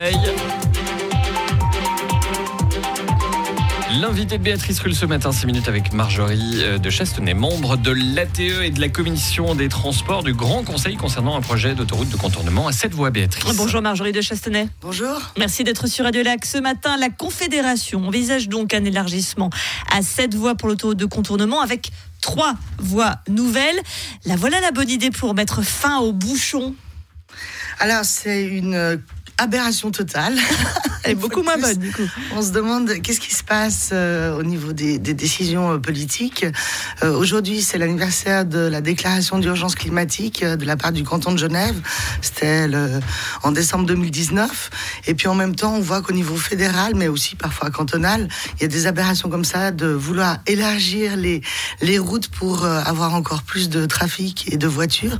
L'invité de Béatrice Rulle ce matin, 6 minutes avec Marjorie de Chastenay, membre de l'ATE et de la Commission des Transports du Grand Conseil concernant un projet d'autoroute de contournement à 7 voies. Béatrice. Bonjour Marjorie de Chastenay. Bonjour. Merci d'être sur Radio Lac. Ce matin, la Confédération envisage donc un élargissement à 7 voies pour l'autoroute de contournement avec 3 voies nouvelles. Voilà la bonne idée pour mettre fin aux bouchons. Alors, c'est une aberration totale. Elle est beaucoup moins bonne, du coup. On se demande qu'est-ce qui se passe au niveau des décisions politiques. Aujourd'hui, c'est l'anniversaire de la déclaration d'urgence climatique de la part du canton de Genève. C'était en décembre 2019. Et puis en même temps, on voit qu'au niveau fédéral, mais aussi parfois cantonal, il y a des aberrations comme ça de vouloir élargir les routes pour avoir encore plus de trafic et de voitures.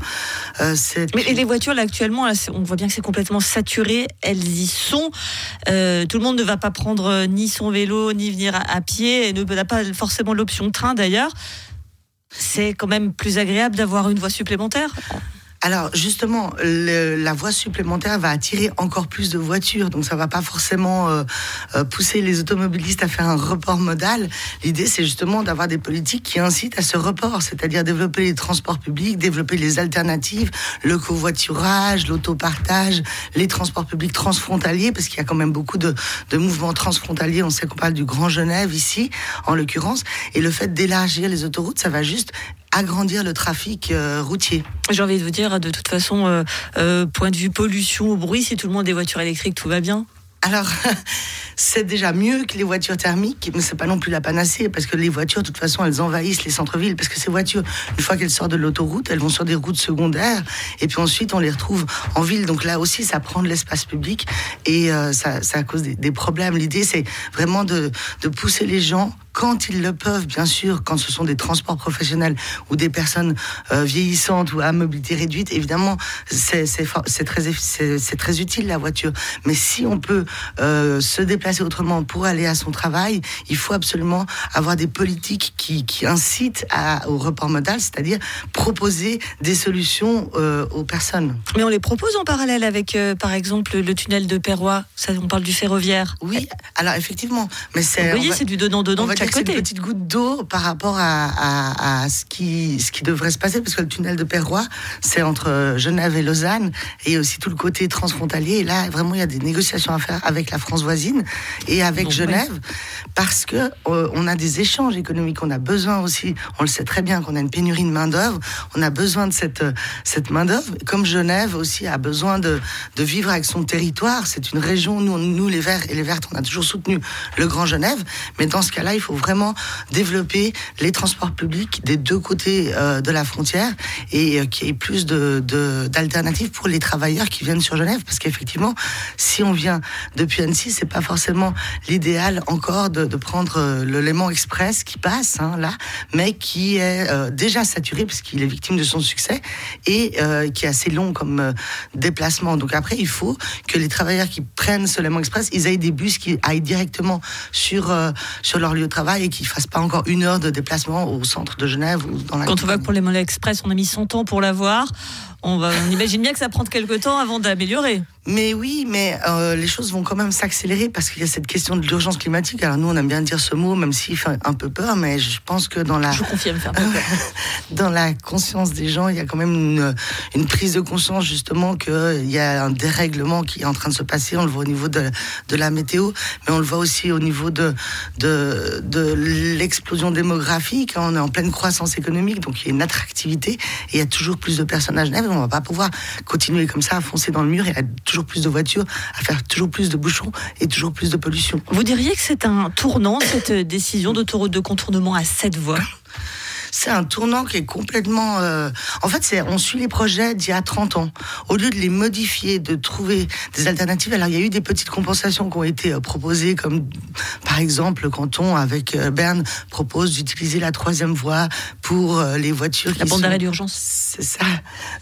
Mais les voitures, là, actuellement, là, on voit bien que c'est complètement saturé. Elles y sont. Tout le monde ne va pas prendre ni son vélo, ni venir à pied, et n'a pas forcément l'option train d'ailleurs. C'est quand même plus agréable d'avoir une voie supplémentaire. Alors justement, la voie supplémentaire va attirer encore plus de voitures, donc ça va pas forcément pousser les automobilistes à faire un report modal. L'idée, c'est justement d'avoir des politiques qui incitent à ce report, c'est-à-dire développer les transports publics, développer les alternatives, le covoiturage, l'autopartage, les transports publics transfrontaliers, parce qu'il y a quand même beaucoup de mouvements transfrontaliers. On sait qu'on parle du Grand Genève ici, en l'occurrence, et le fait d'élargir les autoroutes, ça va juste agrandir le trafic routier. J'ai envie de vous dire, de toute façon, point de vue pollution au bruit, si tout le monde a des voitures électriques, tout va bien. Alors, c'est déjà mieux que les voitures thermiques, mais c'est pas non plus la panacée, parce que les voitures, de toute façon, elles envahissent les centres-villes, parce que ces voitures, une fois qu'elles sortent de l'autoroute, elles vont sur des routes secondaires, et puis ensuite, on les retrouve en ville. Donc là aussi, ça prend de l'espace public, et ça cause des problèmes. L'idée, c'est vraiment de pousser les gens, quand ils le peuvent, bien sûr, quand ce sont des transports professionnels ou des personnes vieillissantes ou à mobilité réduite, évidemment, c'est très utile la voiture. Mais si on peut se déplacer autrement pour aller à son travail, il faut absolument avoir des politiques qui incitent au report modal, c'est-à-dire proposer des solutions aux personnes. Mais on les propose en parallèle avec, par exemple, le tunnel de Perrois. Ça, on parle du ferroviaire. Oui, alors effectivement. Mais vous voyez, c'est du donnant-donnant de chaque côté. C'est une petite goutte d'eau par rapport à ce qui devrait se passer, parce que le tunnel de Perrois, c'est entre Genève et Lausanne, et aussi tout le côté transfrontalier. Et là, vraiment, il y a des négociations à faire avec la France voisine et avec Genève, parce que on a des échanges économiques. On a besoin aussi, on le sait très bien, qu'on a une pénurie de main-d'œuvre. On a besoin de cette main-d'œuvre. Comme Genève aussi a besoin de vivre avec son territoire. C'est une région, nous les Verts et les Vertes, on a toujours soutenu le Grand Genève. Mais dans ce cas-là, il faut vraiment développer les transports publics des deux côtés de la frontière, et qu'il y ait plus d'alternatives pour les travailleurs qui viennent sur Genève, parce qu'effectivement, si on vient depuis Annecy, c'est pas forcément l'idéal encore de prendre le Léman Express qui passe là, mais qui est déjà saturé parce qu'il est victime de son succès, et qui est assez long comme déplacement. Donc après, il faut que les travailleurs qui prennent ce Léman Express, ils aient des bus qui aillent directement sur leur lieu de travail, et qu'ils ne fassent pas encore 1 heure de déplacement au centre de Genève ou dans la... Quand on voit que pour les Léman Express, on a mis 100 ans pour l'avoir, on imagine bien que ça prend quelques temps avant d'améliorer. Mais oui, mais les choses vont quand même s'accélérer, parce qu'il y a cette question de l'urgence climatique. Alors nous, on aime bien dire ce mot, même s'il fait un peu peur, mais je pense que Je vous confirme, faire un peu peur. Dans la conscience des gens, il y a quand même une prise de conscience, justement, qu'il y a un dérèglement qui est en train de se passer. On le voit au niveau de la météo, mais on le voit aussi au niveau de l'explosion démographique. On est en pleine croissance économique, donc il y a une attractivité, et il y a toujours plus de personnes à Genève. On ne va pas pouvoir continuer comme ça à foncer dans le mur et à toujours plus de voitures, à faire toujours plus de bouchons et toujours plus de pollution. Vous diriez que c'est un tournant, cette décision d'autoroute de contournement à 7 voies? C'est un tournant qui est complètement... En fait, on suit les projets d'il y a 30 ans. Au lieu de les modifier, de trouver des alternatives, alors il y a eu des petites compensations qui ont été proposées, comme par exemple le canton avec Berne propose d'utiliser la 3e voie pour les voitures la bande d'arrêt d'urgence. C'est ça.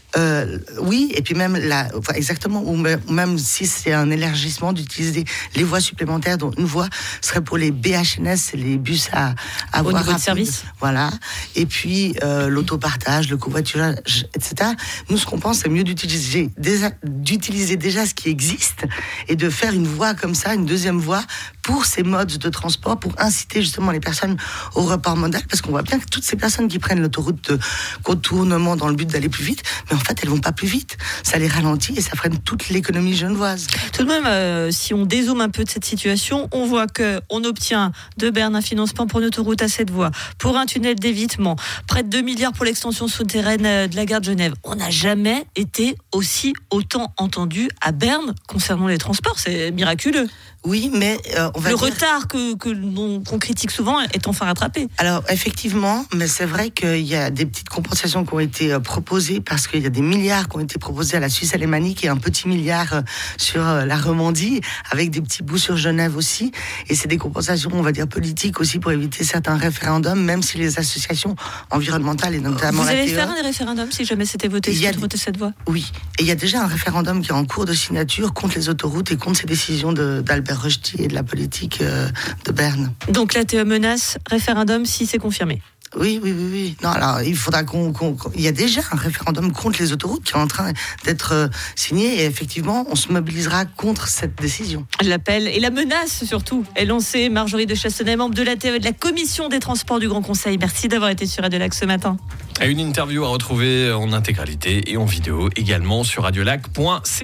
Oui, et puis même exactement, ou même si c'est un élargissement d'utiliser les voies supplémentaires, dont une voie serait pour les BHNS, c'est les bus à au voie niveau de rapide, service. voilà. Et puis l'autopartage, le covoiturage, etc. Nous, ce qu'on pense, c'est mieux d'utiliser déjà ce qui existe et de faire une voie comme ça, une deuxième voie pour ces modes de transport, pour inciter justement les personnes au report modal, parce qu'on voit bien que toutes ces personnes qui prennent l'autoroute de contournement dans le but d'aller plus vite, mais en fait, elles vont pas plus vite. Ça les ralentit et ça freine toute l'économie genevoise. Tout de même, si on dézoome un peu de cette situation, on voit qu'on obtient de Berne un financement pour une autoroute à 7 voies, pour un tunnel d'évitement, près de 2 milliards pour l'extension souterraine de la gare de Genève. On n'a jamais été autant entendu à Berne concernant les transports. C'est miraculeux. Oui, mais on va le dire... retard qu'on critique souvent est enfin rattrapé. Alors, effectivement, mais c'est vrai qu'il y a des petites compensations qui ont été proposées parce qu'il y a des milliards qui ont été proposés à la Suisse alémanique et un petit milliard sur la Romandie, avec des petits bouts sur Genève aussi. Et c'est des compensations, on va dire, politiques aussi pour éviter certains référendums, même si les associations environnementales et notamment Vous la allez TE... faire un référendum si jamais c'était voté cette voie? Oui, et il y a déjà un référendum qui est en cours de signature contre les autoroutes et contre ces décisions d'Albert Rechty et de la politique de Berne. Donc la TE menace référendum si c'est confirmé. Oui. Non, alors il faudra il y a déjà un référendum contre les autoroutes qui est en train d'être signé et effectivement, on se mobilisera contre cette décision. L'appel et la menace surtout est lancée. Marjorie de Chastenay, membre de la TE et de la Commission des Transports du Grand Conseil. Merci d'avoir été sur Radio Lac ce matin. Une interview à retrouver en intégralité et en vidéo également sur radiolac.ca.